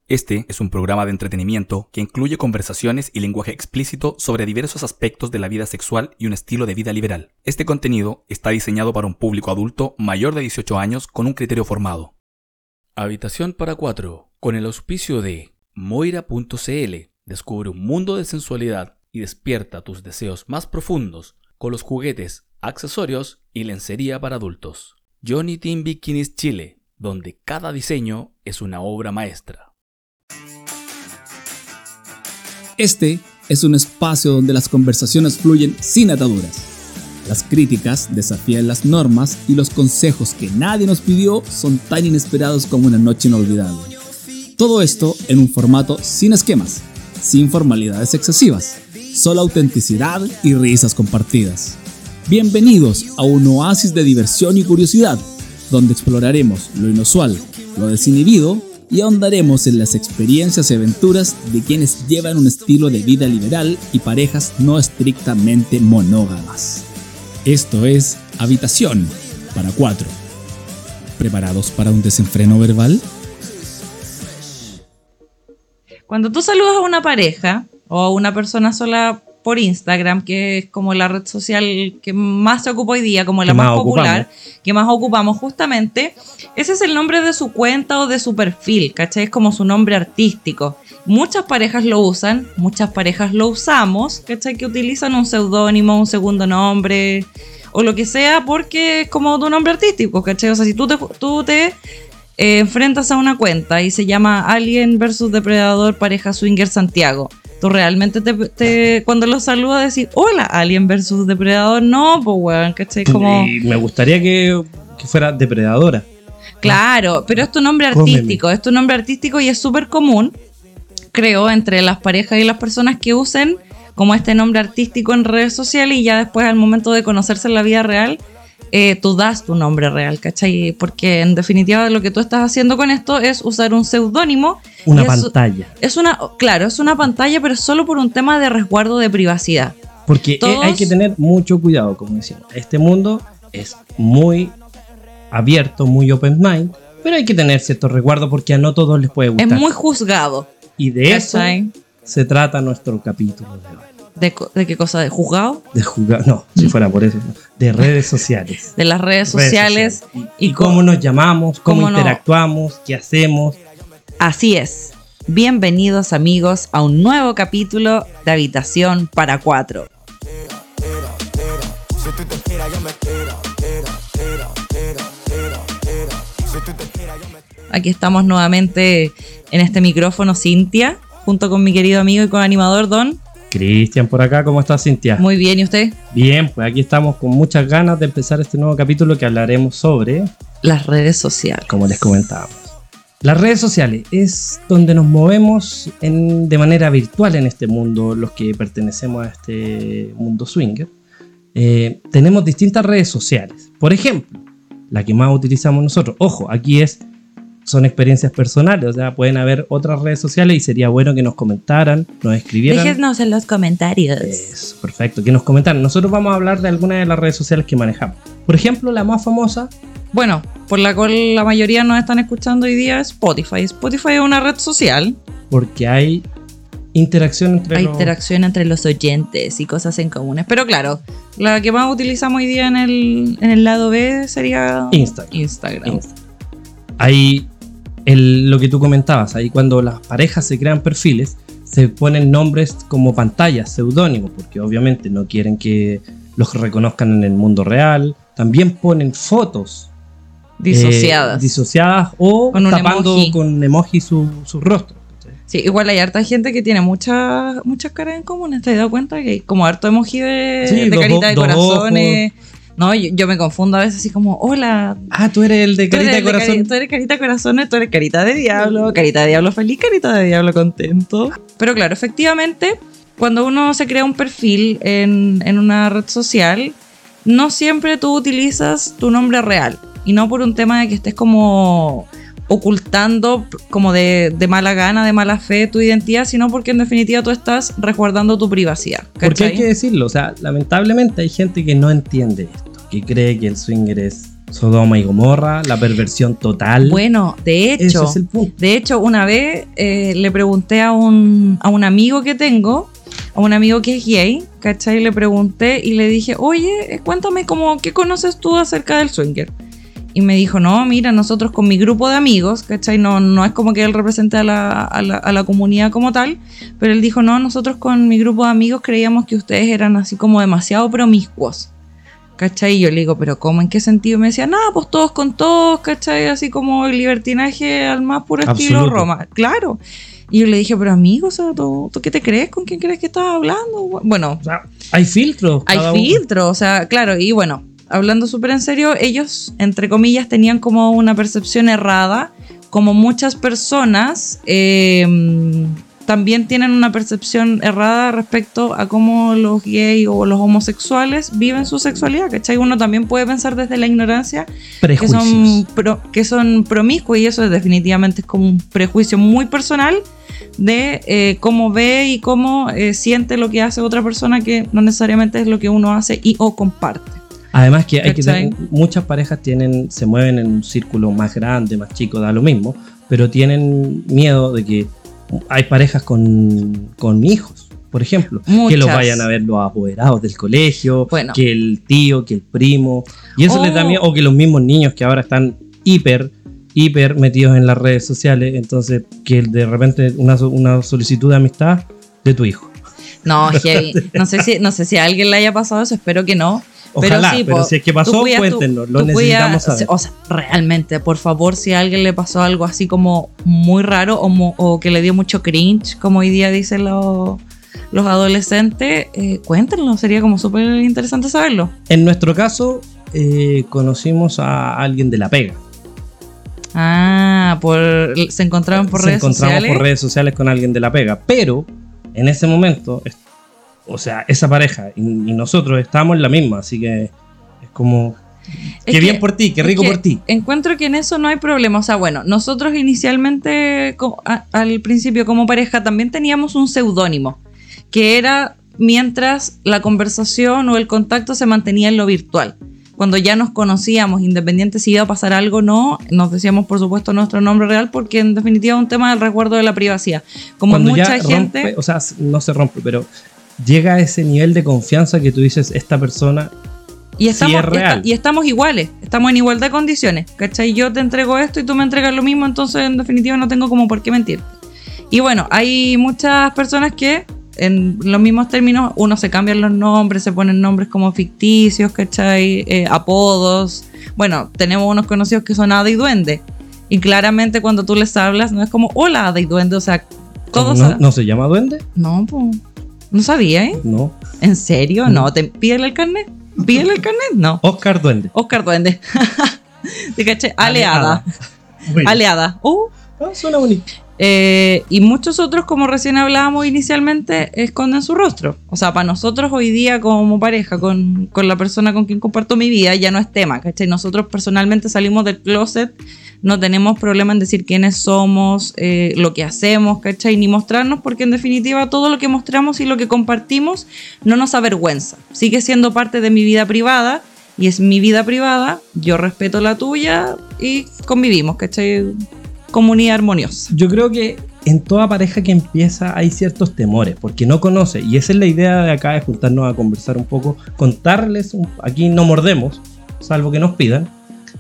Este es un programa de entretenimiento que incluye conversaciones y lenguaje explícito sobre diversos aspectos de la vida sexual y un estilo de vida liberal. Este contenido está diseñado para un público adulto mayor de 18 años con un criterio formado. Habitación para 4, con el auspicio de Moira.cl. Descubre un mundo de sensualidad y despierta tus deseos más profundos con los juguetes, accesorios y lencería para adultos. Johnny Team Bikinis Chile, donde cada diseño es una obra maestra. Este es un espacio donde las conversaciones fluyen sin ataduras. Las críticas desafían las normas y los consejos que nadie nos pidió son tan inesperados como una noche inolvidable. Todo esto en un formato sin esquemas, sin formalidades excesivas, solo autenticidad y risas compartidas. Bienvenidos a un oasis de diversión y curiosidad, donde exploraremos lo inusual, lo desinhibido y ahondaremos en las experiencias y aventuras de quienes llevan un estilo de vida liberal y parejas no estrictamente monógamas. Esto es Habitación para 4. ¿Preparados para un desenfreno verbal? Cuando tú saludas a una pareja o a una persona sola por Instagram, que es como la red social que más se ocupa hoy día, como la más popular, que más ocupamos justamente, ese es el nombre de su cuenta o de su perfil, ¿cachai? Es como su nombre artístico. Muchas parejas lo usan, muchas parejas lo usamos, ¿cachai? Que utilizan un seudónimo, un segundo nombre o lo que sea porque es como tu nombre artístico, ¿cachai? O sea, si tú te enfrentas a una cuenta y se llama Alien vs Depredador Pareja Swinger Santiago, tú realmente cuando lo saludas decís, hola, Alien versus Depredador. No, pues weón, ¿cachai? Como... Y me gustaría que fuera Depredadora. Claro, pero es tu nombre artístico, es tu nombre artístico y es súper común, creo, entre las parejas y las personas que usen como este nombre artístico en redes sociales y ya después al momento de conocerse en la vida real, tú das tu nombre real, ¿cachai? Porque en definitiva lo que tú estás haciendo con esto es usar un seudónimo. Una pantalla. Claro, es una pantalla, pero solo por un tema de resguardo de privacidad. Porque hay que tener mucho cuidado, como decíamos. Este mundo es muy abierto, muy open mind, pero hay que tener cierto resguardo porque a no todos les puede gustar. Es muy juzgado. Y de eso se trata nuestro capítulo de hoy. ¿De qué cosa? ¿De juzgado? De juzgado, no, si fuera por eso. De redes sociales. De las redes sociales. Y cómo nos llamamos, cómo interactuamos, qué hacemos. Así es. Bienvenidos amigos a un nuevo capítulo de Habitación para 4. Aquí estamos nuevamente en este micrófono, Cintia, junto con mi querido amigo y co-animador Don Cristian por acá. ¿Cómo estás, Cintia? Muy bien, ¿y usted? Bien, pues aquí estamos con muchas ganas de empezar este nuevo capítulo que hablaremos sobre las redes sociales. Como les comentábamos. Las redes sociales es donde nos movemos de manera virtual en este mundo, los que pertenecemos a este mundo swinger. Tenemos distintas redes sociales. Por ejemplo, la que más utilizamos nosotros. Ojo, aquí son experiencias personales, o sea, pueden haber otras redes sociales y sería bueno que nos comentaran, nos escribieran. Déjenos en los comentarios. Eso, perfecto, que nos comentaran. Nosotros vamos a hablar de algunas de las redes sociales que manejamos. Por ejemplo, la más famosa. Bueno, por la cual la mayoría nos están escuchando hoy día es Spotify. Spotify es una red social. Porque hay interacción entre los oyentes y cosas en comunes. Pero claro, la que más utilizamos hoy día en el lado B sería Instagram. Hay lo que tú comentabas, ahí cuando las parejas se crean perfiles, se ponen nombres como pantallas, seudónimos, porque obviamente no quieren que los reconozcan en el mundo real. También ponen fotos disociadas o con tapando emoji. Con emoji su rostro. Sí, igual hay harta gente que tiene muchas caras en común. ¿Te has dado cuenta que hay como harto emoji de carita de corazones? Ojos. No, yo me confundo a veces así como, hola. Ah, tú eres el de carita de corazón. Tú eres carita de corazones, tú eres carita de diablo feliz, carita de diablo contento. Pero claro, efectivamente, cuando uno se crea un perfil en una red social, no siempre tú utilizas tu nombre real. Y no por un tema de que estés como ocultando como de mala gana, de mala fe tu identidad, sino porque en definitiva tú estás resguardando tu privacidad. ¿Cachai? Porque hay que decirlo, o sea, lamentablemente hay gente que no entiende esto, que cree que el swinger es Sodoma y Gomorra, la perversión total. Bueno, de Ese hecho, es el punto. una vez le pregunté a un amigo que tengo, a un amigo que es gay, ¿cachai? Le pregunté y le dije, oye, cuéntame ¿qué conoces tú acerca del swinger? Y me dijo, no, mira, nosotros con mi grupo de amigos, ¿cachai? No es como que él represente a la comunidad como tal, pero él dijo, no, nosotros con mi grupo de amigos creíamos que ustedes eran así como demasiado promiscuos, ¿cachai? Y yo le digo, ¿pero cómo? ¿En qué sentido? Me decía, no, pues todos con todos, ¿cachai? Así como el libertinaje al más puro estilo Absoluto. Roma. Claro. Y yo le dije, pero amigo, o sea, ¿tú qué te crees? ¿Con quién crees que estás hablando? Bueno, O sea, hay filtros. hay cada uno. filtros, o sea, claro, y bueno, hablando súper en serio, ellos, entre comillas, tenían como una percepción errada, como muchas personas también tienen una percepción errada respecto a cómo los gays o los homosexuales viven su sexualidad, ¿cachai? Uno también puede pensar desde la ignorancia Prejuicios. que son promiscuos, y eso definitivamente es como un prejuicio muy personal de cómo ve y cómo siente lo que hace otra persona, que no necesariamente es lo que uno hace y o comparte. Además que hay que ¿Cachai? tener, muchas parejas se mueven en un círculo más grande, más chico, da lo mismo, pero tienen miedo de que hay parejas con hijos, por ejemplo, Muchas. que los vayan a ver los apoderados del colegio, Bueno. que el tío, que el primo, y eso les da miedo, o que los mismos niños que ahora están hiper metidos en las redes sociales, entonces que de repente una solicitud de amistad de tu hijo. No, heavy. No sé si a alguien le haya pasado eso, espero que no. Ojalá, pero po, si es que pasó, tú cuidas cuéntenos, lo tú necesitamos cuidas, saber. o sea, realmente, por favor, si a alguien le pasó algo así como muy raro o que le dio mucho cringe, como hoy día dicen los adolescentes, cuéntenlo, sería como súper interesante saberlo. En nuestro caso, conocimos a alguien de la pega. Ah, se encontraron por redes encontramos sociales. por redes sociales con alguien de la pega, pero en ese momento, o sea, esa pareja y nosotros estábamos en la misma, así que es como, Es qué bien por ti, qué rico es que por ti. Encuentro que en eso no hay problema. O sea, bueno, nosotros inicialmente, al principio como pareja, también teníamos un seudónimo, que era mientras la conversación o el contacto se mantenía en lo virtual. Cuando ya nos conocíamos, independiente si iba a pasar algo o no, nos decíamos por supuesto nuestro nombre real, porque en definitiva es un tema del resguardo de la privacidad. Como Cuando mucha ya gente... rompe, o sea, no se rompe, pero llega a ese nivel de confianza que tú dices, esta persona Y estamos, sí es real. y estamos iguales, estamos en igualdad de condiciones, ¿cachai? Yo te entrego esto y tú me entregas lo mismo, entonces en definitiva no tengo como por qué mentir. Y bueno, hay muchas personas que en los mismos términos, uno se cambian los nombres, se ponen nombres como ficticios, ¿cachai? Apodos. Bueno, tenemos unos conocidos que son Hada y Duende. Y claramente cuando tú les hablas, no es como, hola Hada y Duende, o sea, todos... ¿No se llama duende? No, pues, no sabía, ¿eh? No. ¿En serio? No, pídele el carnet. ¿Pídele el carnet? No. Oscar Duende. Oscar Duende. ¿Te caché? Aleada. Bueno. Aleada. Suena bonito. Y muchos otros, como recién hablábamos inicialmente, esconden su rostro. O sea, para nosotros hoy día como pareja, con la persona con quien comparto mi vida, ya no es tema, ¿cachai? Nosotros personalmente salimos del closet, no tenemos problema en decir quiénes somos, lo que hacemos, ¿cachai? Ni mostrarnos, porque en definitiva todo lo que mostramos y lo que compartimos no nos avergüenza. Sigue siendo parte de mi vida privada y es mi vida privada, yo respeto la tuya y convivimos, ¿cachai? Comunidad armoniosa. Yo creo que en toda pareja que empieza hay ciertos temores, porque no conoce, y esa es la idea de acá, de juntarnos a conversar un poco, contarles, aquí no mordemos, salvo que nos pidan,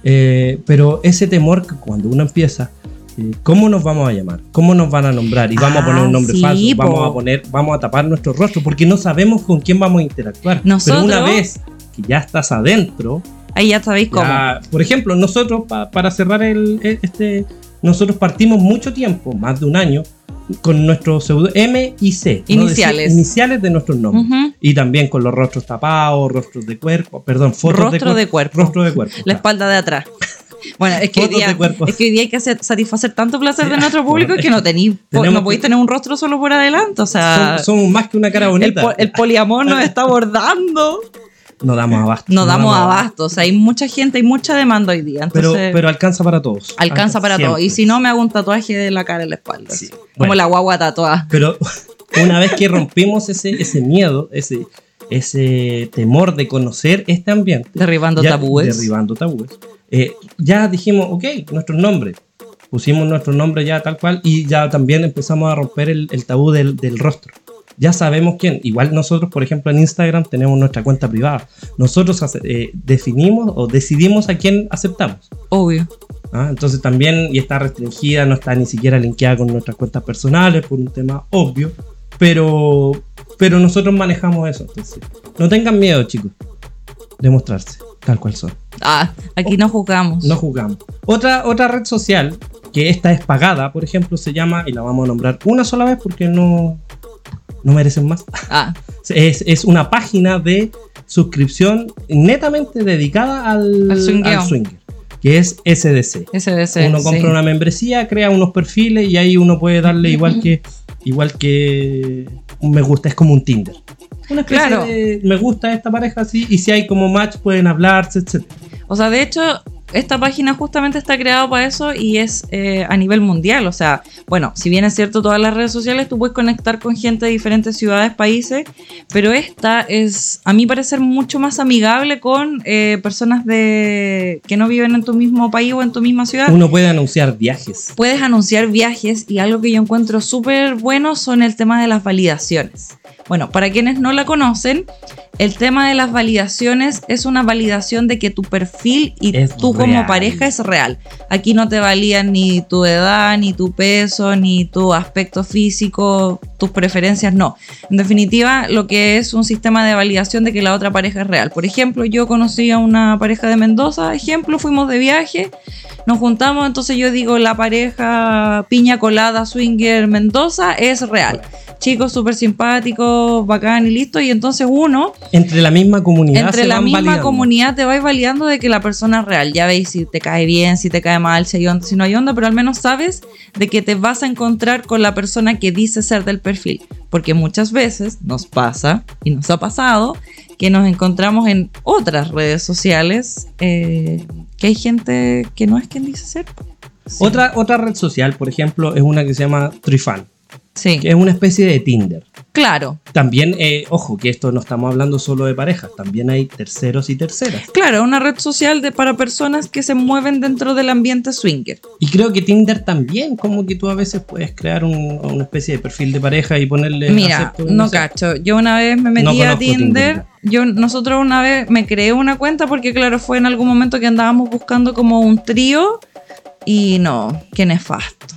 pero ese temor que cuando uno empieza, ¿cómo nos vamos a llamar? ¿Cómo nos van a nombrar? Y vamos a poner un nombre sí, falso, po. vamos a tapar nuestro rostro, porque no sabemos con quién vamos a interactuar. Nosotros- Pero una vez que ya estás adentro, Ahí ya sabéis cómo. ya, por ejemplo, nosotros, para cerrar nosotros partimos mucho tiempo, más de un año, con nuestros pseudo M y C. Iniciales. Iniciales de nuestros nombres. Ujú. Y también con los rostros tapados, rostros de cuerpo, perdón, fotos Rostro de cuerpo. Rostro de cuerpo. La claro. espalda de atrás. Bueno, es que, Fotos de cuerpo. hoy día hay que satisfacer tanto placer Sí. de nuestro público Bueno, que no tenemos no podéis tener un rostro solo por adelante. O sea, Somos más que una cara bonita. el poliamor nos está abordando. No damos abasto. No damos abasto. O sea, hay mucha gente, hay mucha demanda hoy día. Entonces, Pero alcanza para todos. alcanza para siempre. todo. Y si no, me hago un tatuaje de la cara en la espalda. Sí. Como Bueno. la guagua tatuada. Pero una vez que rompimos ese miedo, ese temor de conocer este ambiente, Derribando ya- tabúes. derribando tabúes, Ya dijimos, ok, nuestros nombres. Pusimos nuestro nombre ya tal cual y ya también empezamos a romper el tabú del rostro. Ya sabemos quién. Igual nosotros, por ejemplo, en Instagram tenemos nuestra cuenta privada. Nosotros definimos o decidimos a quién aceptamos. Obvio. Entonces también, y está restringida, no está ni siquiera linkeada con nuestras cuentas personales por un tema obvio. Pero nosotros manejamos eso. Entonces, no tengan miedo, chicos, de mostrarse tal cual son. Aquí no juzgamos. No juzgamos. Otra red social, que esta es pagada, por ejemplo, se llama, y la vamos a nombrar una sola vez porque no merecen más. Es una página de suscripción netamente dedicada al swinger, que es SDC. Uno compra una membresía, crea unos perfiles y ahí uno puede darle igual que un me gusta, es como un Tinder. Una especie de me gusta esta pareja así, y si hay como match pueden hablarse, etc. O sea, de hecho, esta página justamente está creada para eso y es a nivel mundial. O sea, bueno, si bien es cierto, todas las redes sociales tú puedes conectar con gente de diferentes ciudades, países, pero esta es, a mi parecer, mucho más amigable con personas que no viven en tu mismo país o en tu misma ciudad. Uno puede anunciar viajes. Puedes anunciar viajes, y algo que yo encuentro súper bueno son el tema de las validaciones. Bueno, para quienes no la conocen, el tema de las validaciones es una validación de que tu perfil y tú como pareja es real. Aquí no te validan ni tu edad, ni tu peso, ni tu aspecto físico, tus preferencias, no. En definitiva, lo que es un sistema de validación de que la otra pareja es real. Por ejemplo, yo conocí a una pareja de Mendoza, fuimos de viaje, nos juntamos, entonces yo digo, la pareja piña colada swinger Mendoza es real. Chicos súper simpáticos, bacán y listo. Y entonces uno, entre la misma comunidad te vais validando de que la persona es real. Ya veis si te cae bien, si te cae mal, si hay onda, si no hay onda, pero al menos sabes de que te vas a encontrar con la persona que dice ser del perfil. Porque muchas veces nos pasa, y nos ha pasado, que nos encontramos en otras redes sociales que hay gente que no es quien dice ser. Sí. Otra red social, por ejemplo, es una que se llama Trifan. Sí. Que es una especie de Tinder. Claro. También, ojo, que esto no estamos hablando solo de parejas, también hay terceros y terceras. Claro, una red social para personas que se mueven dentro del ambiente swinger. Y creo que Tinder también, como que tú a veces puedes crear una especie de perfil de pareja y ponerle... Mira, no cacho, yo una vez me metí a Tinder. Nosotros una vez me creé una cuenta porque claro, fue en algún momento que andábamos buscando como un trío y no, qué nefasto.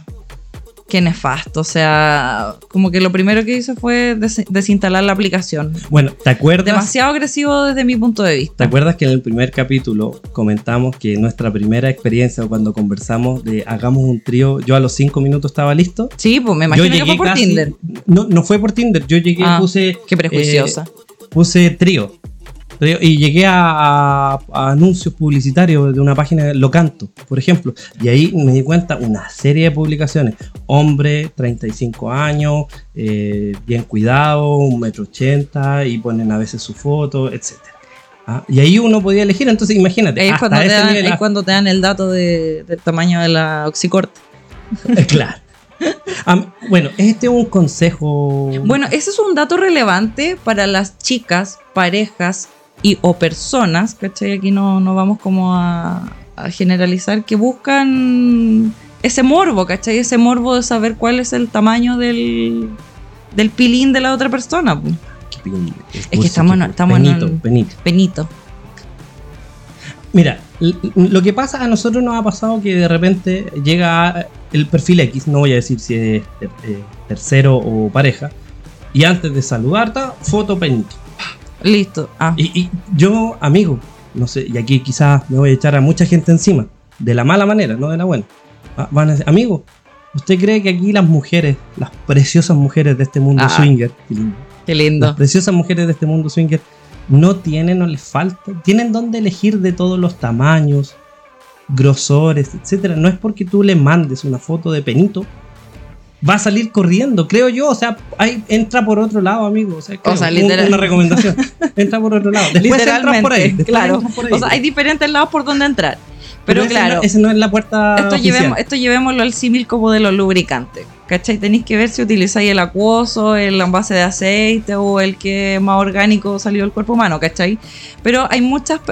O sea, como que lo primero que hice fue desinstalar la aplicación. Bueno, ¿te acuerdas? Demasiado agresivo desde mi punto de vista. ¿Te acuerdas que en el primer capítulo comentamos que nuestra primera experiencia cuando conversamos de hagamos un trío, yo a los 5 minutos estaba listo? Sí, pues me imagino que fue por Tinder. No fue por Tinder, yo llegué, puse... Qué prejuiciosa. Puse trío. Y llegué a anuncios publicitarios de una página Locanto, por ejemplo, y ahí me di cuenta una serie de publicaciones. Hombre, 35 años, bien cuidado, 1,80 m, y ponen a veces su foto, etc. Y ahí uno podía elegir, entonces imagínate. Es cuando te dan el dato del tamaño de la oxicorte. Claro. Bueno, este es un consejo. Bueno, ese es un dato relevante para las chicas, parejas o personas, ¿cachai? Aquí no vamos como a generalizar, que buscan ese morbo, ¿cachai? Ese morbo de saber cuál es el tamaño del pilín de la otra persona. Es que estamos en penito. Mira, lo que pasa, a nosotros nos ha pasado que de repente llega el perfil X, no voy a decir si es tercero o pareja, y antes de saludar, foto penito. Listo. Y yo, amigo, no sé, y aquí quizás me voy a echar a mucha gente encima, de la mala manera, no de la buena. Van a decir, amigo, ¿usted cree que aquí las mujeres, las preciosas mujeres de este mundo swinger, qué lindo, las preciosas mujeres de este mundo swinger, no tienen o les falta, tienen donde elegir de todos los tamaños, grosores, etcétera? No es porque tú le mandes una foto de penito, va a salir corriendo, creo yo. O sea, entra por otro lado, amigo. O sea, una recomendación. Entra por otro lado. Después entras por ahí. Claro. O sea, hay diferentes lados por donde entrar. Pero claro, ese no es la puerta oficial. Esto llevémoslo al símil como de los lubricantes. ¿cachai? Tenéis que ver si utilizáis el acuoso, el envase de aceite o el que más orgánico salió del cuerpo humano, ¿cachai? Pero hay muchas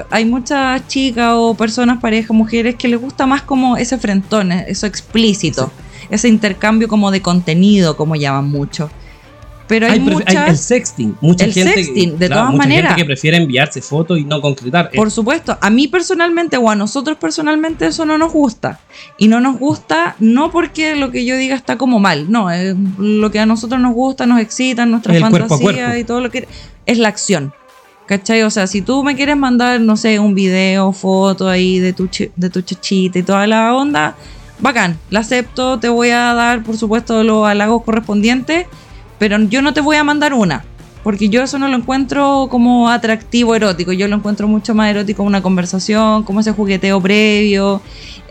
chicas o personas, parejas, mujeres que les gusta más como ese frentón, eso explícito, ese intercambio como de contenido, como llaman mucho. Pero hay el sexting. Mucha gente que prefiere enviarse fotos y no concretar. Por supuesto, a mí personalmente o a nosotros personalmente eso no nos gusta. Y no nos gusta no porque lo que yo diga está como mal, no, es lo que a nosotros nos gusta, nos excita, nuestra fantasía y todo lo que es la acción. ¿Cachai? O sea, si tú me quieres mandar, no sé, un video, foto ahí de tu chachita y toda la onda, bacán, la acepto, te voy a dar, por supuesto, los halagos correspondientes. Pero yo no te voy a mandar una, porque yo eso no lo encuentro como atractivo erótico. Yo lo encuentro mucho más erótico una conversación, como ese jugueteo previo,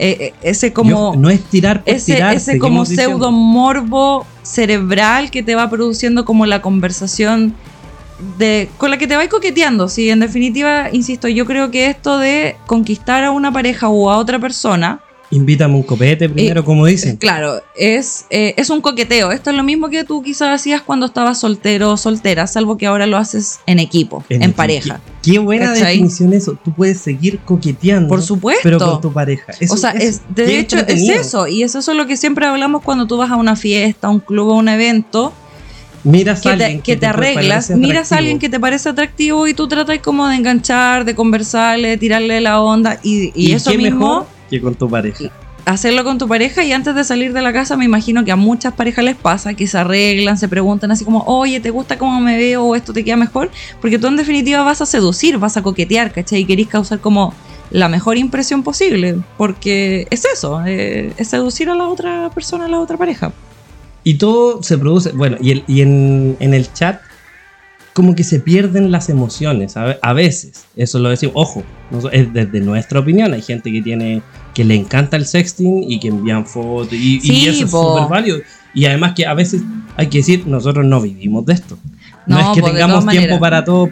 ese como... No es tirar por tirar. Ese como pseudo morbo cerebral que te va produciendo como la conversación con la que te vas coqueteando. Sí, en definitiva, insisto, yo creo que esto de conquistar a una pareja o a otra persona... Invítame un copete primero, como dicen. Claro, es un coqueteo. Esto es lo mismo que tú quizás hacías cuando estabas soltero o soltera, salvo que ahora lo haces en equipo, en pareja. Qué buena definición eso. Tú puedes seguir coqueteando. Por supuesto. Pero con tu pareja. Eso, o sea, de hecho es eso. Y es eso lo que siempre hablamos cuando tú vas a una fiesta, a un club, a un evento. Miras a alguien que te arreglas, miras a alguien que te parece atractivo y tú tratas como de enganchar, de conversarle, de tirarle la onda. Y eso mismo... Mejor que con tu pareja. Hacerlo con tu pareja, y antes de salir de la casa me imagino que a muchas parejas les pasa que se arreglan, se preguntan así como, oye, ¿te gusta cómo me veo o esto te queda mejor? Porque tú en definitiva vas a seducir, vas a coquetear, ¿cachai? Y querés causar como la mejor impresión posible, porque es eso, es seducir a la otra persona, a la otra pareja. Y todo se produce, bueno, y en el chat como que se pierden las emociones a veces, eso lo decimos, ojo, es desde nuestra opinión. Hay gente que le encanta el sexting y que envían fotos y eso es súper válido, y además que a veces hay que decir, nosotros no vivimos de esto, no es que tengamos tiempo para todo,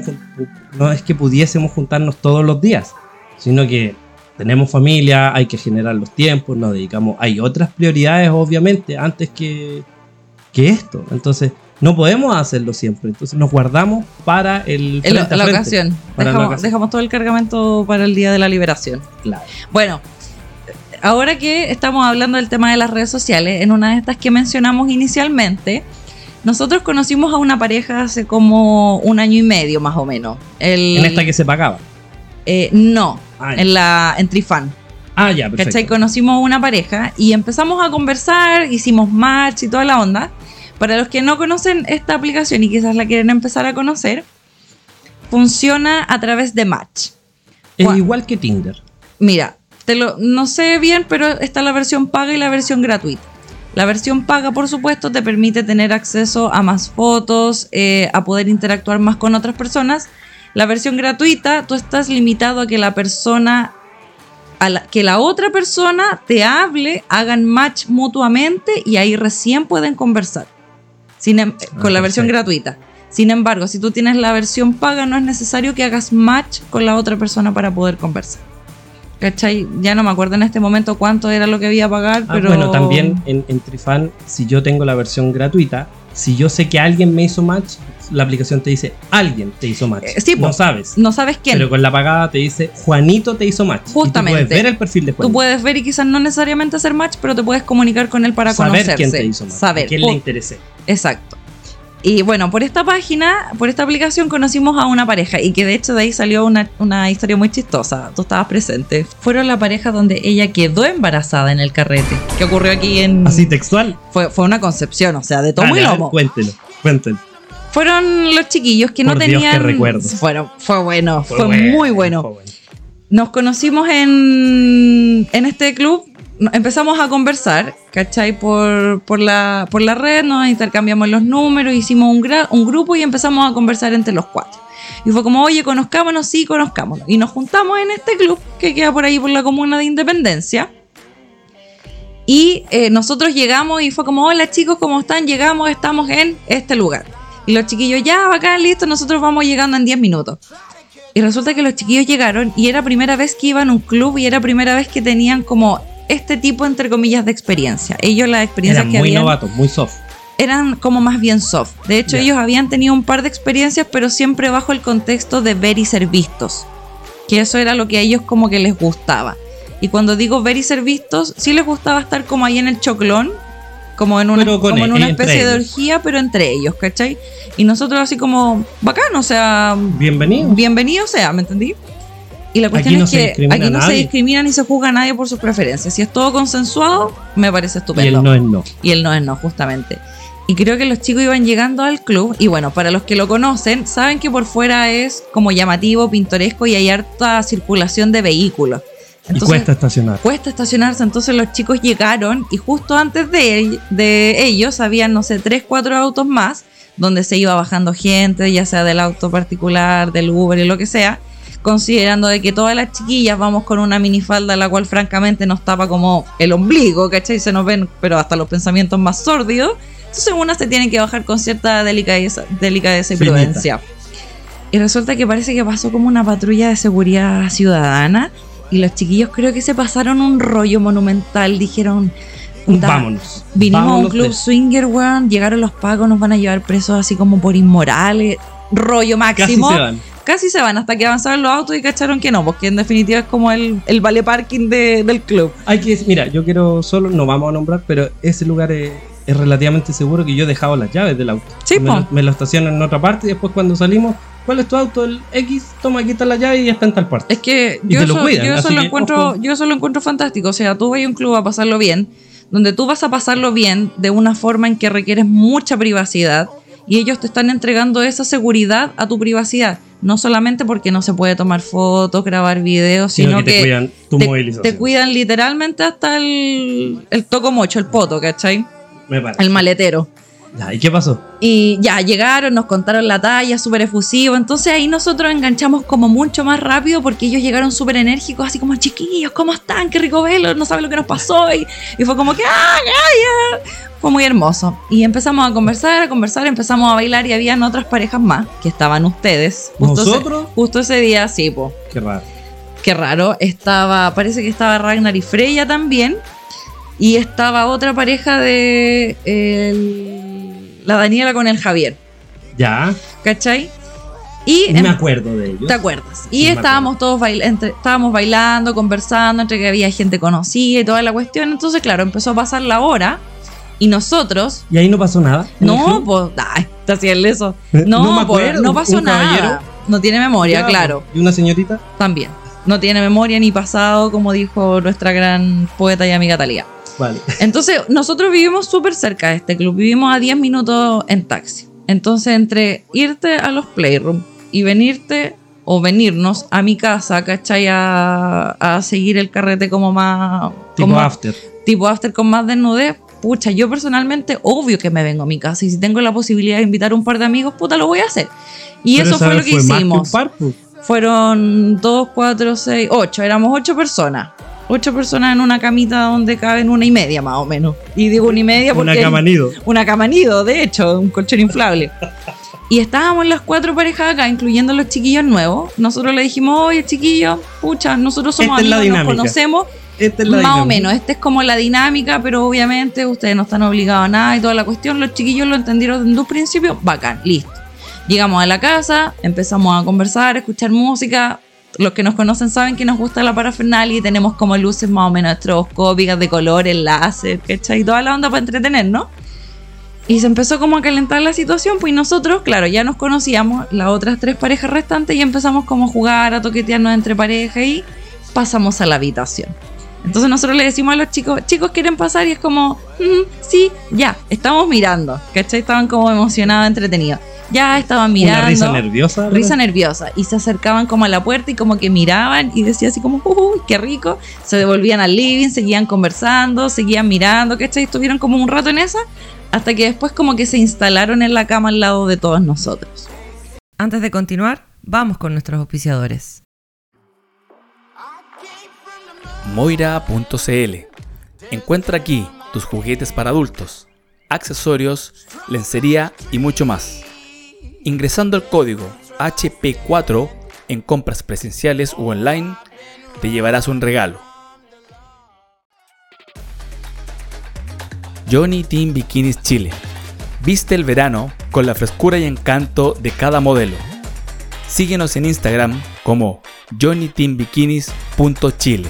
no es que pudiésemos juntarnos todos los días, sino que tenemos familia, hay que generar los tiempos, nos dedicamos, hay otras prioridades obviamente antes que esto, entonces no podemos hacerlo siempre, entonces nos guardamos para la ocasión. Dejamos todo el cargamento para el día de la liberación. Claro. Bueno, ahora que estamos hablando del tema de las redes sociales, en una de estas que mencionamos inicialmente, nosotros conocimos a una pareja hace como 1 año y medio más o menos. ¿En esta que se pagaba? No, en Trifan. Ah, ya, perfecto. ¿Cachai? Conocimos una pareja y empezamos a conversar, hicimos match y toda la onda. Para los que no conocen esta aplicación y quizás la quieren empezar a conocer, funciona a través de Match. Es igual que Tinder. Mira, no sé bien, pero está la versión paga y la versión gratuita. La versión paga, por supuesto, te permite tener acceso a más fotos, a poder interactuar más con otras personas. La versión gratuita, tú estás limitado a que que la otra persona te hable, hagan match mutuamente y ahí recién pueden conversar. Con la versión gratuita. Sin embargo, si tú tienes la versión paga, no es necesario que hagas match con la otra persona para poder conversar. ¿Cachai? Ya no me acuerdo en este momento cuánto era lo que había que pagar, pero... Bueno, también en Trifan, si yo tengo la versión gratuita, si yo sé que alguien me hizo match, la aplicación te dice, alguien te hizo match. Sí, no sabes. No sabes quién. Pero con la pagada te dice, Juanito te hizo match. Justamente. Y tú puedes ver el perfil de Juanito. Tú puedes ver y quizás no necesariamente hacer match, pero te puedes comunicar con él para conocerse. Saber quién te hizo match. Saber. A quién le interesé. Exacto. Y bueno, por esta aplicación conocimos a una pareja y que de hecho de ahí salió una historia muy chistosa. Tú estabas presente. Fueron la pareja donde ella quedó embarazada en el carrete. ¿Qué ocurrió aquí en...? ¿Así textual? Fue una concepción, o sea, de tomo y lomo. Cuéntelo. Fueron los chiquillos que no tenían... Dios, qué recuerdo. Fue bueno, fue muy bueno. Fue bueno. Nos conocimos en este club. Empezamos a conversar, ¿cachai? Por la red, nos intercambiamos los números, hicimos un grupo y empezamos a conversar entre los 4. Y fue como, oye, conozcámonos, sí, conozcámonos. Y nos juntamos en este club que queda por ahí por la comuna de Independencia. Y nosotros llegamos y fue como, hola chicos, ¿cómo están? Llegamos, estamos en este lugar. Y los chiquillos, ya, bacán, listo, nosotros vamos llegando en 10 minutos. Y resulta que los chiquillos llegaron y era primera vez que iban a un club y era primera vez que tenían como este tipo, entre comillas, de experiencia. Ellos las experiencias Eran que muy habían novatos, muy soft. eran como más bien soft. De hecho, Ya. ellos habían tenido un par de experiencias, pero siempre bajo el contexto de ver y ser vistos. Que eso era lo que a ellos como que les gustaba. Y cuando digo ver y ser vistos, sí les gustaba estar como ahí en el choclón, como en una, Pero con como en una entre especie de ellos. orgía, pero entre ellos, ¿cachai? Y nosotros así como, bacán, o sea, Bienvenido. bienvenido sea, ¿me entendí? Y la cuestión Aquí no es se que discrimina aquí no a se nadie. discrimina ni se juzga a nadie por sus preferencias. Si es todo consensuado, me parece Y estupendo. el no es no. Y el no es no, justamente. Y creo que los chicos iban llegando al club. Y bueno, para los que lo conocen, saben que por fuera es como llamativo, pintoresco y hay harta circulación de vehículos. Y cuesta estacionar. Cuesta estacionarse. Entonces los chicos llegaron y justo antes de ellos habían, no sé, 3, 4 autos más donde se iba bajando gente, ya sea del auto particular, del Uber y lo que sea, considerando de que todas las chiquillas vamos con una minifalda la cual francamente nos tapa como el ombligo, ¿cachai? Se nos ven, pero hasta los pensamientos más sórdidos. Entonces unas se tienen que bajar con cierta delicadeza y Finita. prudencia. Y resulta que parece que pasó como una patrulla de seguridad ciudadana y los chiquillos creo que se pasaron un rollo monumental. Dijeron, puta, Vámonos. vinimos a un Vámonos club de- swinger, weón, llegaron los pagos, nos van a llevar presos así como por inmorales. Rollo Casi máximo. se van. Casi se van hasta que avanzaron los autos y cacharon que no, porque en definitiva es como el vale parking del club. Hay que decir, mira, yo quiero solo, no vamos a nombrar, pero ese lugar es relativamente seguro que yo he dejado las llaves del auto. Sí, me, po. lo, me lo estaciono en otra parte y después cuando salimos, ¿cuál es tu auto? El X, toma, aquí está la llave y ya está en tal parte. Es que Y te lo cuidan, yo eso así lo que, encuentro, ojo. yo eso lo encuentro fantástico. O sea, tú vas a un club a pasarlo bien, donde tú vas a pasarlo bien de una forma en que requieres mucha privacidad y ellos te están entregando esa seguridad a tu privacidad. No solamente porque no se puede tomar fotos, grabar videos, sino que te cuidan tu movilización. te cuidan literalmente hasta el tocomocho, el poto, ¿cachai? Me parece. El maletero. Ya, ¿y qué pasó? Y ya llegaron, nos contaron la talla, súper efusivo. Entonces ahí nosotros enganchamos como mucho más rápido porque ellos llegaron súper enérgicos, así como, chiquillos, ¿cómo están? Qué rico verlos, no saben lo que nos pasó. Y fue como que, ¡ah, ya! Fue muy hermoso. Y empezamos a conversar, empezamos a bailar y habían otras parejas más que estaban ustedes. ¿Nosotros? Justo ese día, sí, po. Qué raro. Qué raro. Parece que estaba Ragnar y Freya también. Y estaba otra pareja de la Daniela con el Javier. Ya, ¿Cachai? Y me acuerdo de ellos. ¿te acuerdas? Y Sí, me estábamos todos estábamos bailando, conversando, entre que había gente conocida y toda la cuestión. Entonces, claro, empezó a pasar la hora y nosotros. ¿Y ahí no pasó nada? ¿En el No, club? pues, ay, te hacía el eso. No me No, acuerdo, pues, no pasó un caballero. nada. No tiene memoria, Ya, claro. ¿Y una señorita? También. No tiene memoria ni pasado, como dijo nuestra gran poeta y amiga Talía. Vale. Entonces, nosotros vivimos súper cerca de este club. Vivimos a 10 minutos en taxi. Entonces, entre irte a los Playroom y venirte o venirnos a mi casa, ¿cachai? A seguir el carrete como más... Tipo como, after. Tipo after con más desnudez. Pucha, yo personalmente, obvio que me vengo a mi casa. Y si tengo la posibilidad de invitar a un par de amigos, puta, lo voy a hacer. Y Pero eso esa fue lo vez que más hicimos. un par, pues. Fueron 2, 4, 6, 8. Éramos 8 personas. 8 personas en una camita donde caben 1,5 más o menos. Y digo 1,5 porque... Una cama nido. Una cama nido, de hecho, un colchón inflable. Y estábamos las 4 parejas acá, incluyendo los chiquillos nuevos. Nosotros le dijimos, oye, chiquillos, pucha, nosotros somos Esta es la amigos, nos dinámica. conocemos. Esta es la Más dinámica. o menos, esta es como la dinámica, pero obviamente ustedes no están obligados a nada y toda la cuestión. Los chiquillos lo entendieron desde un principio, bacán, listo. Llegamos a la casa, empezamos a conversar, a escuchar música. Los que nos conocen saben que nos gusta la parafernalia y tenemos como luces más o menos estroboscópicas de colores, láser, ¿cachai? Toda la onda para entretener, ¿no? Y se empezó como a calentar la situación, pues y nosotros, claro, ya nos conocíamos, las otras 3 parejas restantes, y empezamos como a jugar, a toquetearnos entre parejas y pasamos a la habitación. Entonces nosotros le decimos a los chicos, ¿quieren pasar? Y es como, sí, ya, estamos mirando, ¿cachai? Estaban como emocionados, entretenidos. Ya estaban mirando. Una risa nerviosa. Risa nerviosa. Y se acercaban como a la puerta y como que miraban y decía así como, qué rico. Se devolvían al living, seguían conversando, seguían mirando, ¿cachai? Estuvieron como un rato en esa, hasta que después como que se instalaron en la cama al lado de todos nosotros. Antes de continuar, vamos con nuestros auspiciadores. Moira.cl. Encuentra aquí tus juguetes para adultos, accesorios, lencería y mucho más. Ingresando el código HP4 en compras presenciales u online, te llevarás un regalo. Johnny Team Bikinis Chile. Viste el verano con la frescura y encanto de cada modelo. Síguenos en Instagram como johnnyteambikinis.chile.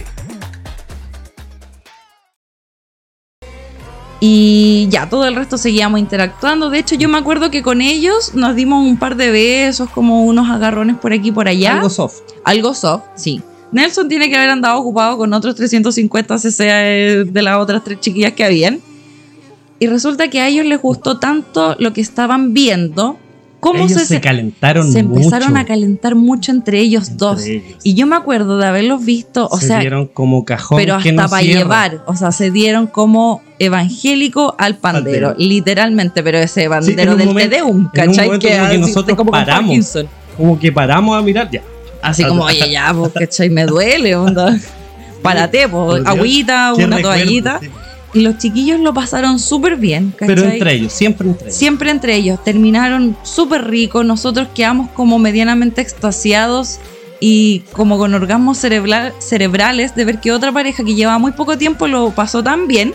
Y ya, todo el resto seguíamos interactuando. De hecho, yo me acuerdo que con ellos nos dimos un par de besos, como unos agarrones por aquí y por allá. Algo soft, sí. Nelson tiene que haber andado ocupado con otros 350 cc de las otras 3 chiquillas que habían. Y resulta que a ellos les gustó tanto lo que estaban viendo. Cómo ellos se calentaron mucho. Se empezaron a calentar mucho entre ellos dos. Y yo me acuerdo de haberlos visto, se dieron como cajón, pero hasta para llevar, o sea, se dieron como evangélico al pandero, literalmente, pero ese pandero del Tedeum, ¿cachai? Que como que nosotros como paramos, como que paramos a mirar ya. Así como, oye, ya, pues, ¿cachai? Me duele, onda. Párate, pues, agüita, una toallita. Sí. Y los chiquillos lo pasaron súper bien, ¿cachai? Pero entre ellos, siempre entre ellos. Siempre entre ellos. Terminaron súper ricos. Nosotros quedamos como medianamente extasiados y como con orgasmos cerebrales de ver que otra pareja que llevaba muy poco tiempo lo pasó tan bien.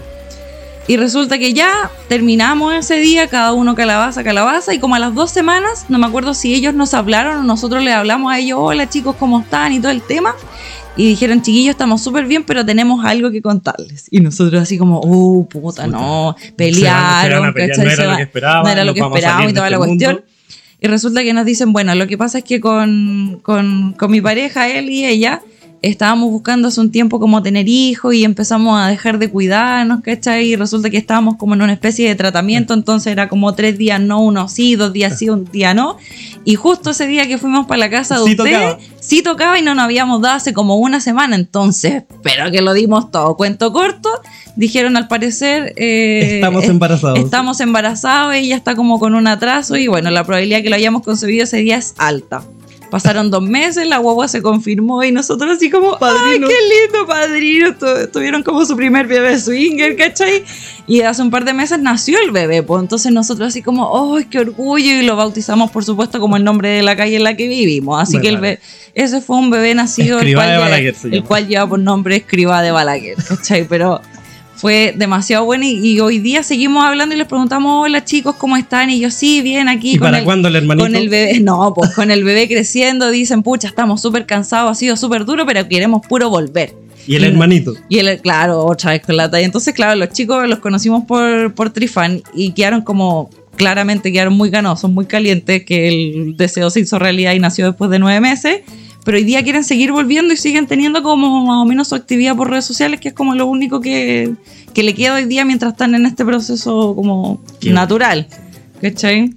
Y resulta que ya terminamos ese día, cada uno calabaza, y como a las 2 semanas, no me acuerdo si ellos nos hablaron o nosotros les hablamos a ellos, hola chicos, ¿cómo están? Y todo el tema. Y dijeron, chiquillos, estamos súper bien, pero tenemos algo que contarles. Y nosotros así como, puta, no, pelearon, ¿cachai? No era lo que esperábamos. No era lo que esperábamos y toda la cuestión. Y resulta que nos dicen, bueno, lo que pasa es que con mi pareja, él y ella, estábamos buscando hace un tiempo como tener hijos y empezamos a dejar de cuidarnos, ¿cachai? Y resulta que estábamos como en una especie de tratamiento, entonces era como 3 días no, 1 sí, 2 días sí, 1 día no. Y justo ese día que fuimos para la casa de ustedes, sí tocaba y no nos habíamos dado hace como 1 semana, entonces, pero que lo dimos todo. Cuento corto, dijeron al parecer... estamos embarazados, ella está como con un atraso y bueno, la probabilidad de que lo hayamos concebido ese día es alta. Pasaron 2 meses, la guagua se confirmó y nosotros así como, padrino. ¡Ay, qué lindo padrino! Tuvieron como su primer bebé swinger, ¿cachai? Y hace un par de meses nació el bebé, pues entonces nosotros así como, ¡ay, qué orgullo! Y lo bautizamos, por supuesto, como el nombre de la calle en la que vivimos. Así que ese fue un bebé nacido, el cual lleva por nombre Escribá de Balaguer, ¿cachai? Pero... fue demasiado bueno y hoy día seguimos hablando y les preguntamos, hola chicos, ¿cómo están? Y yo, sí, bien, aquí. ¿Y para cuándo el hermanito? Con el bebé, no, pues con el bebé creciendo, dicen, pucha, estamos súper cansados, ha sido súper duro, pero queremos puro volver. ¿Y el hermanito? Y claro, otra vez con la talla. Entonces, claro, los chicos los conocimos por Trifan y quedaron como, claramente quedaron muy ganosos, muy calientes, que el deseo se hizo realidad y nació después de 9 meses. Pero hoy día quieren seguir volviendo y siguen teniendo como más o menos su actividad por redes sociales, que es como lo único que le queda hoy día mientras están en este proceso como natural. ¿Cachai?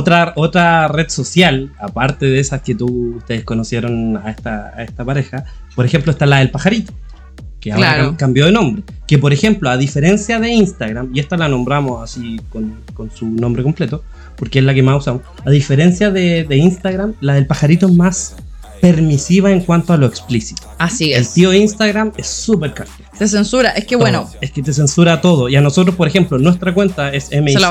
Otra red social, aparte de esas que ustedes conocieron a esta pareja, por ejemplo está la del pajarito, que ahora cambió de nombre. Que por ejemplo, a diferencia de Instagram, y esta la nombramos así con su nombre completo, porque es la que más usamos, a diferencia de Instagram, la del pajarito es más... permisiva en cuanto a lo explícito. Así es. El tío Instagram es súper caro. Te censura, es que todo. Bueno. Es que te censura todo. Y a nosotros, por ejemplo, nuestra cuenta es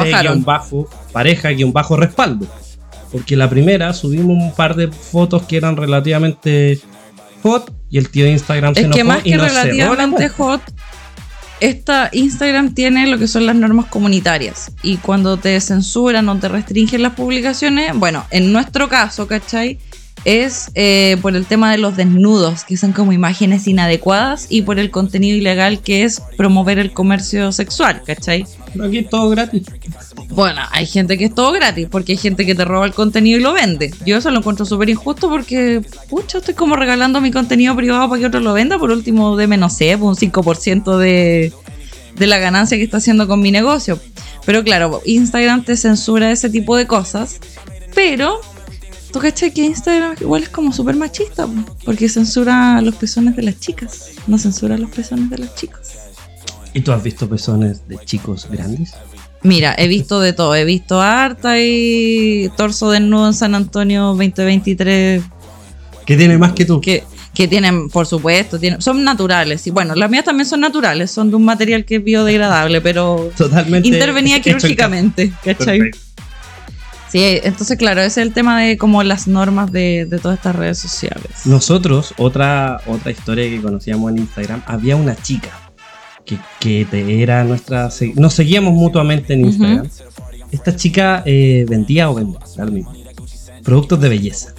MIC-pareja-respaldo. Porque la primera subimos un par de fotos que eran relativamente hot y el tío Instagram se enojó. Es que más que relativamente hot, esta Instagram tiene lo que son las normas comunitarias. Y cuando te censuran o te restringen las publicaciones, bueno, en nuestro caso, ¿cachai? Es por el tema de los desnudos, que son como imágenes inadecuadas, y por el contenido ilegal, que es promover el comercio sexual, ¿cachai? Pero aquí es todo gratis. Bueno, hay gente que es todo gratis, porque hay gente que te roba el contenido y lo vende. Yo eso lo encuentro súper injusto porque, pucha, estoy como regalando mi contenido privado para que otro lo venda. Por último, deme, no sé, un 5% de la ganancia que está haciendo con mi negocio. Pero claro, Instagram te censura ese tipo de cosas, pero... ¿tú cachai que Instagram igual es como súper machista? Porque censura los pezones de las chicas, no censura los pezones de los chicos. ¿Y tú has visto pezones de chicos grandes? Mira, he visto de todo, he visto harta y torso desnudo en San Antonio 2023. ¿Qué tiene más que tú? Que tienen, por supuesto, son naturales. Y bueno, las mías también son naturales, son de un material que es biodegradable, pero totalmente intervenía quirúrgicamente, ¿cachai? Perfecto. Sí, entonces claro, ese es el tema de como las normas de todas estas redes sociales. Nosotros, otra historia que conocíamos en Instagram, había una chica era nuestra... Nos seguíamos mutuamente en Instagram. Esta chica vendía productos de belleza.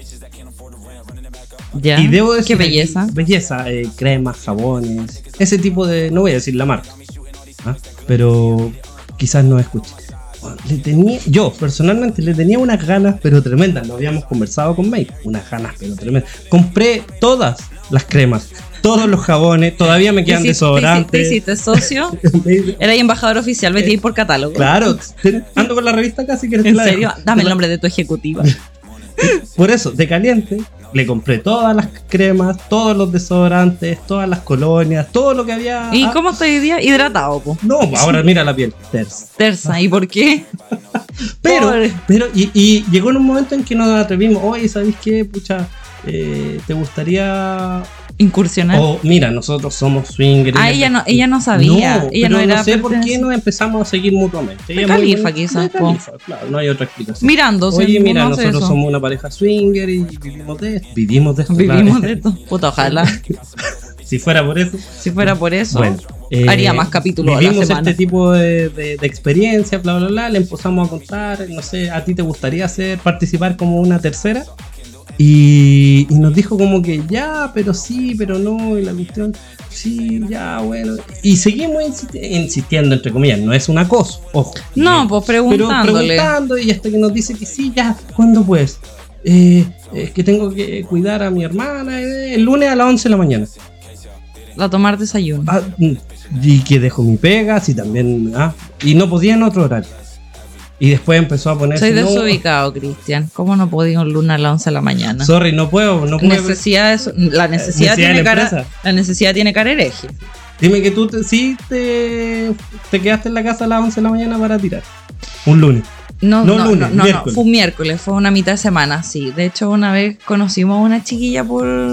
Ya. Y debo decir, ¿Qué belleza? Belleza, cremas, jabones, ese tipo de... No voy a decir la marca, pero quizás no escuche. Yo personalmente le tenía unas ganas pero tremendas. Lo habíamos conversado con May. Unas ganas pero tremendas. Compré todas las cremas, todos los jabones. Todavía me quedan desodorantes. ¿Te hiciste socio? Era embajador oficial, metí por catálogo. Claro, ando con la revista casi que ¿En serio? Dame el nombre de tu ejecutiva. Por eso, de caliente, le compré todas las cremas, todos los desodorantes, todas las colonias, todo lo que había. ¿Y cómo estoy hoy día? Hidratado, po. No, ahora mira la piel, tersa. ¿Y por qué? pero y llegó en un momento en que nos atrevimos. Oye, ¿sabes qué? Pucha, ¿te gustaría incursionar? Mira, nosotros somos swingers. Ella no sabía. No, ella no era. No sé por qué nos empezamos a seguir mutuamente. De Califa, quizás. Claro, no hay otra explicación. Mirando. Oye, mira, nosotros somos una pareja swinger y vivimos de esto. Puta, ojalá. Si fuera por eso. Bueno, haría más capítulos a la vivimos semana. Este tipo de experiencia, bla, bla, bla. Le empezamos a contar, no sé, ¿a ti te gustaría participar como una tercera? Y nos dijo como que ya, pero sí, pero no, y la cuestión, sí, ya, bueno. Y seguimos insistiendo, entre comillas, no es un acoso, ojo. No, pues preguntándole. Pero preguntando, y hasta que nos dice que sí, ya, ¿cuándo pues? Es que tengo que cuidar a mi hermana el lunes a las 11 de la mañana. A tomar desayuno. Y que dejo mi pega, sí, también, y no podía en otro horario. Y después empezó a ponerse... Soy desubicado, Cristian. ¿Cómo no podía un lunes a las 11 de la mañana? Sorry, no puedo. La necesidad tiene cara hereje. Dime que tú te quedaste en la casa a las 11 de la mañana para tirar. Un lunes. No, fue un miércoles, fue una mitad de semana, sí. De hecho, una vez conocimos a una chiquilla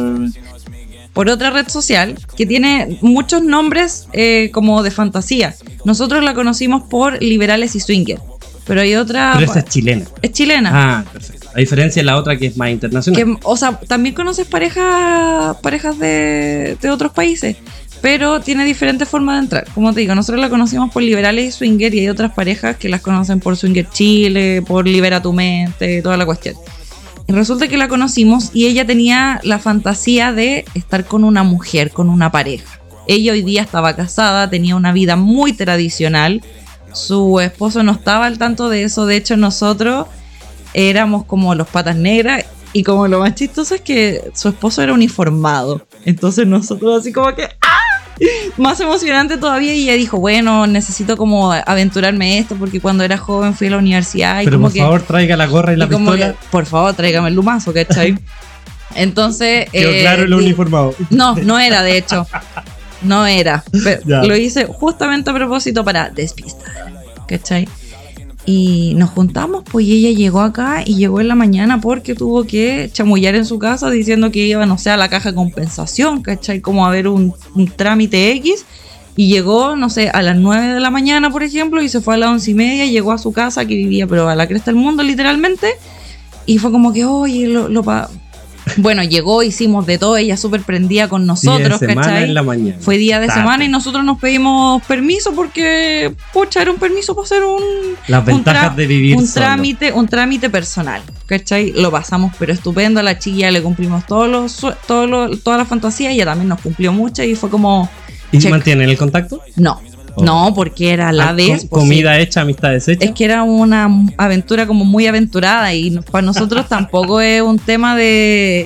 por otra red social que tiene muchos nombres como de fantasía. Nosotros la conocimos por Liberales y Swinger. Pero hay otra... Pero esa es chilena. Es chilena. Ah, perfecto. A diferencia de la otra que es más internacional. O sea, también conoces parejas de otros países, pero tiene diferentes formas de entrar. Como te digo, nosotros la conocimos por Liberales y Swinger, y hay otras parejas que las conocen por Swinger Chile, por Libera tu Mente, toda la cuestión. Y resulta que la conocimos y ella tenía la fantasía de estar con una mujer, con una pareja. Ella hoy día estaba casada, tenía una vida muy tradicional. Su esposo no estaba al tanto de eso. De hecho, nosotros éramos como los patas negras. Y como lo más chistoso es que su esposo era uniformado. Entonces nosotros así como que más emocionante todavía. Y ella dijo, bueno, necesito como aventurarme esto, porque cuando era joven fui a la universidad. Y pero como por favor traiga la gorra y la pistola. Por favor, tráigame el lumazo, ¿cachai? Entonces claro, el uniformado. No era, de hecho. No era, pero lo hice justamente a propósito para despistar, ¿cachai? Y nos juntamos, pues, y ella llegó acá y llegó en la mañana porque tuvo que chamullar en su casa diciendo que iba, no sé, a la caja de compensación, ¿cachai? Como a ver un trámite X. Y llegó, no sé, a las 9 de la mañana, por ejemplo, y se fue a las 11:30, llegó a su casa, que vivía, pero a la cresta del mundo, literalmente. Y fue como que, oye, bueno, llegó, hicimos de todo, ella súper prendida con nosotros, ¿cachai? En la mañana. Fue día de semana y nosotros nos pedimos permiso porque, pucha, era un permiso para hacer las ventajas de vivir un trámite personal, ¿cachai? Lo pasamos, pero estupendo, a la chiquilla le cumplimos todas las fantasías, ella también nos cumplió muchas y fue como... ¿Y mantienen el contacto? No, porque era la vez. Comida hecha, amistades hechas. Es que era una aventura como muy aventurada y para nosotros tampoco es un tema de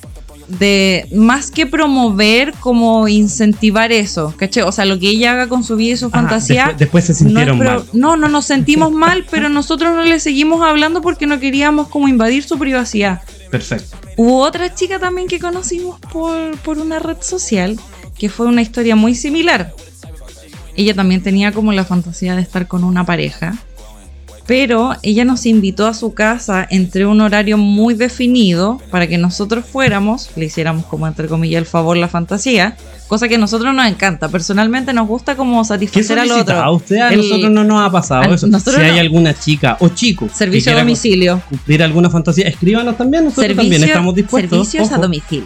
más que promover, como incentivar eso, ¿cachai? O sea, lo que ella haga con su vida y su fantasía. Después se sintieron mal. No nos sentimos mal, pero nosotros no le seguimos hablando porque no queríamos como invadir su privacidad. Perfecto. Hubo otra chica también que conocimos por una red social, que fue una historia muy similar. Ella también tenía como la fantasía de estar con una pareja, pero ella nos invitó a su casa entre un horario muy definido para que nosotros fuéramos, le hiciéramos como entre comillas el favor, la fantasía, cosa que a nosotros nos encanta. Personalmente nos gusta como satisfacer al otro. A usted, a nosotros no nos ha pasado eso. Si hay alguna chica o chico servicio a domicilio, cumplir alguna fantasía, escríbanos también, nosotros también estamos dispuestos. Servicios a domicilio.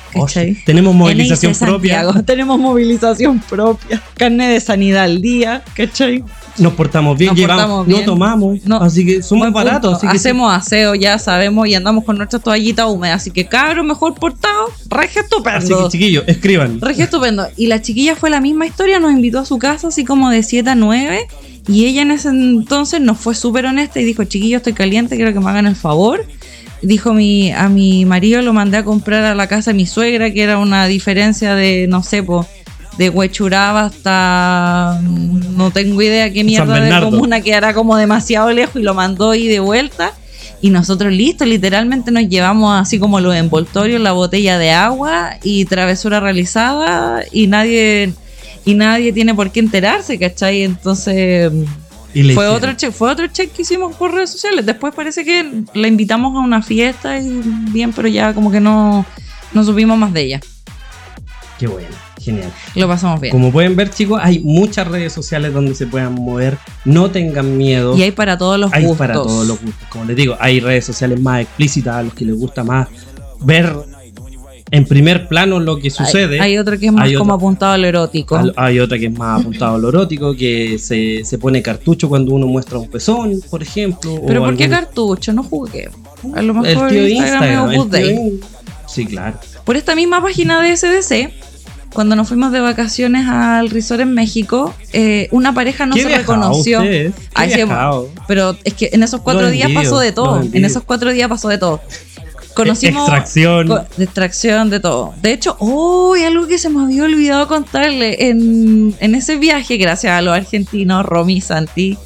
¿cachai? Tenemos movilización NIC propia. Santiago, tenemos movilización propia, carnet de sanidad al día, ¿cachai? Nos portamos bien, no tomamos, así que somos baratos. Así que hacemos aseo, ya sabemos, y andamos con nuestras toallitas húmedas. Así que cabros, mejor portados, regio estupendo. Así que chiquillos, escriban. Regio estupendo. Y la chiquilla fue la misma historia, nos invitó a su casa así como de 7 a 9. Y ella en ese entonces nos fue súper honesta y dijo, chiquillos, estoy caliente, quiero que me hagan el favor. Dijo a mi marido lo mandé a comprar a la casa de mi suegra, que era una diferencia de, no sé, de Huechuraba hasta no tengo idea qué mierda de comuna, que era como demasiado lejos, y lo mandó y de vuelta. Y nosotros listos, literalmente nos llevamos así como los envoltorios, la botella de agua y travesura realizada, y nadie tiene por qué enterarse, ¿cachai? Entonces fue otro check que hicimos por redes sociales. Después parece que la invitamos a una fiesta y bien, pero ya como que no supimos más de ella. Qué bueno. Genial. Lo pasamos bien. Como pueden ver, chicos, hay muchas redes sociales donde se puedan mover. No tengan miedo. Y hay para todos los gustos. Hay para todos los gustos. Como les digo, hay redes sociales más explícitas, a los que les gusta más ver en primer plano lo que sucede. Hay otra que es más como apuntado a lo erótico. Hay otra que es más apuntado a lo erótico, que se pone cartucho cuando uno muestra un pezón, por ejemplo. ¿Pero por qué cartucho? No jugué. A lo mejor el tío Instagram. Sí, claro. Por esta misma página de SDC, cuando nos fuimos de vacaciones al resort en México, una pareja no se reconoció. Pero es que en esos 4 días pasó de todo. En esos 4 días pasó de todo. Conocimos extracción de todo. De hecho, algo que se me había olvidado contarle en ese viaje, gracias a los argentinos, Romy y Santi,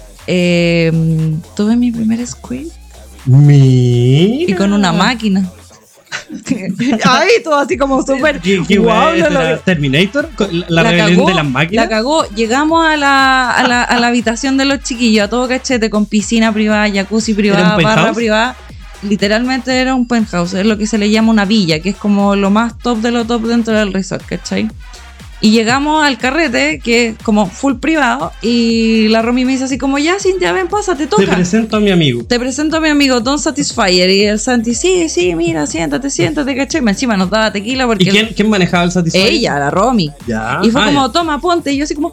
tuve mi primer squirt. Mira. Y con una máquina. Ay, todo así como súper wow, Terminator, la rebelión de las máquinas. La cagó. Llegamos a la habitación de los chiquillos, a todo cachete, con piscina privada, jacuzzi privada, barra privada. Literalmente era un penthouse, es lo que se le llama una villa, que es como lo más top de lo top dentro del resort, ¿cachai? Y llegamos al carrete, que es como full privado, y la Romy me dice así como, ya, Cintia, ven, pasa, te toca. Te presento a mi amigo Don Satisfyer. Y el Santi, sí, mira, siéntate, ¿cachai? Encima nos daba tequila porque... ¿Y quién manejaba el Satisfyer? Ella, la Romy. Ya. Y fue como, toma, ponte. Y yo así como,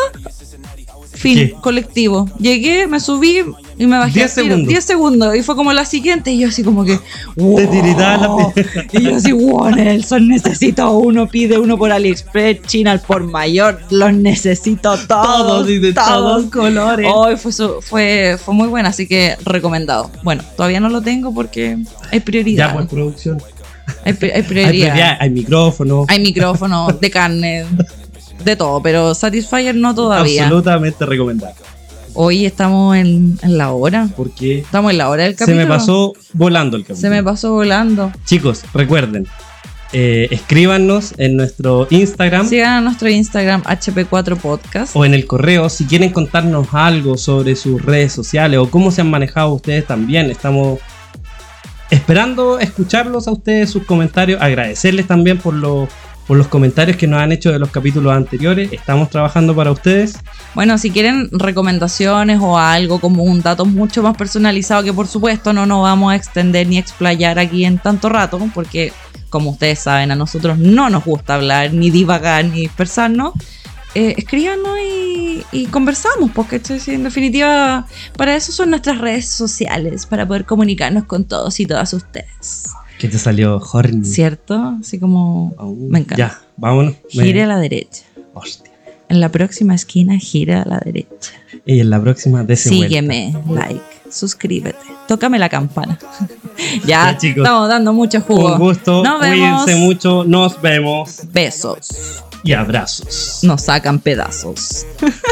fin, colectivo. Llegué, me subí y me bajé 10 segundos. Y fue como la siguiente. Y yo así como que, wow. Te tiritaba la piel. Y yo así, wow, Nelson, necesito uno. Pide uno por AliExpress, China al por mayor. Los necesito todos. Y de todos colores. Fue muy buena, así que recomendado. Bueno, todavía no lo tengo porque hay prioridad. Ya, pues, producción. Hay prioridad. Hay micrófono. Hay micrófono de carne. De todo, pero Satisfyer no todavía. Absolutamente recomendado. Hoy estamos en la hora. ¿Por qué? Estamos en la hora del capítulo. Se me pasó volando el capítulo. Se me pasó volando. Chicos, recuerden, escríbanos en nuestro Instagram. Sigan a nuestro Instagram HP4Podcast. O en el correo, si quieren contarnos algo sobre sus redes sociales o cómo se han manejado ustedes también. Estamos esperando escucharlos a ustedes, sus comentarios. Agradecerles también por los comentarios que nos han hecho de los capítulos anteriores. Estamos trabajando para ustedes. Bueno, si quieren recomendaciones o algo como un dato mucho más personalizado, que por supuesto no nos vamos a extender ni explayar aquí en tanto rato, porque como ustedes saben, a nosotros no nos gusta hablar, ni divagar, ni dispersarnos. Escríbanos y conversamos, porque en definitiva para eso son nuestras redes sociales, para poder comunicarnos con todos y todas ustedes. Que te salió horny. ¿Cierto? Así como... me encanta. Ya, vámonos. Gire a la derecha. Hostia. En la próxima esquina, gira a la derecha. Y en la próxima, dese sígueme, vuelta. like, suscríbete. Tócame la campana. Ya, chicos, estamos dando mucho jugo. Un gusto. Nos vemos. Cuídense mucho. Nos vemos. Besos. Y abrazos. Nos sacan pedazos.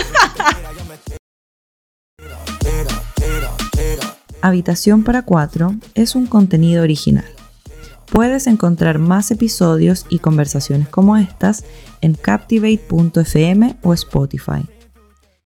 Habitación para 4 es un contenido original. Puedes encontrar más episodios y conversaciones como estas en Captivate.fm o Spotify.